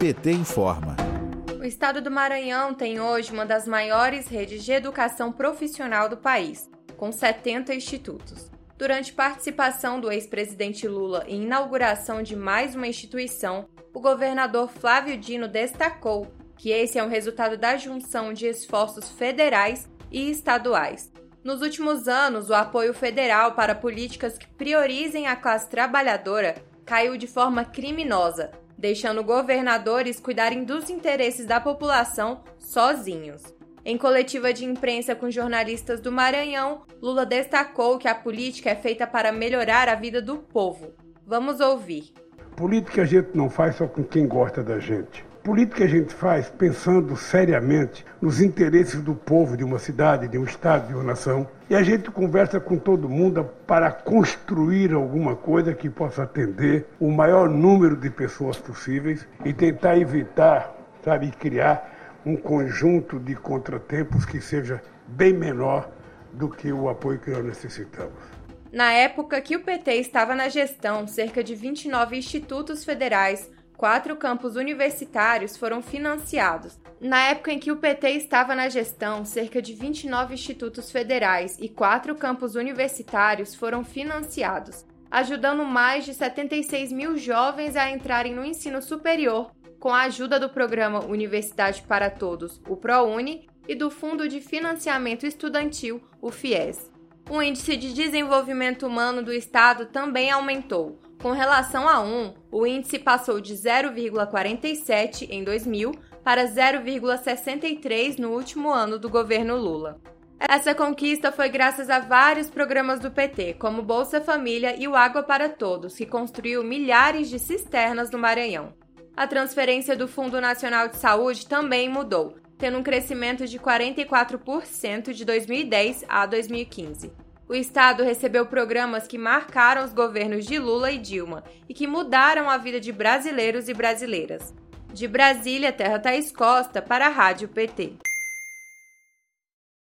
PT informa. O estado do Maranhão tem hoje uma das maiores redes de educação profissional do país, com 70 institutos. Durante participação do ex-presidente Lula em inauguração de mais uma instituição, o governador Flávio Dino destacou que esse é um resultado da junção de esforços federais e estaduais. Nos últimos anos, o apoio federal para políticas que priorizem a classe trabalhadora caiu de forma criminosa, deixando governadores cuidarem dos interesses da população sozinhos. Em coletiva de imprensa com jornalistas do Maranhão, Lula destacou que a política é feita para melhorar a vida do povo. Vamos ouvir. Política a gente não faz só com quem gosta da gente. Política a gente faz pensando seriamente nos interesses do povo de uma cidade, de um estado, de uma nação. E a gente conversa com todo mundo para construir alguma coisa que possa atender o maior número de pessoas possíveis e tentar evitar, criar um conjunto de contratempos que seja bem menor do que o apoio que nós necessitamos. Na época que o PT estava na gestão, cerca de 29 institutos federais, 4 campos universitários foram financiados. Na época em que o PT estava na gestão, cerca de 29 institutos federais e 4 campos universitários foram financiados, ajudando mais de 76 mil jovens a entrarem no ensino superior, com a ajuda do programa Universidade para Todos, o ProUni, e do Fundo de Financiamento Estudantil, o FIES. O Índice de Desenvolvimento Humano do Estado também aumentou. Com relação a 1, o índice passou de 0,47 em 2000 para 0,63 no último ano do governo Lula. Essa conquista foi graças a vários programas do PT, como Bolsa Família e o Água para Todos, que construiu milhares de cisternas no Maranhão. A transferência do Fundo Nacional de Saúde também mudou, tendo um crescimento de 44% de 2010 a 2015. O estado recebeu programas que marcaram os governos de Lula e Dilma e que mudaram a vida de brasileiros e brasileiras. De Brasília, Terra Thaís Costa, para a Rádio PT.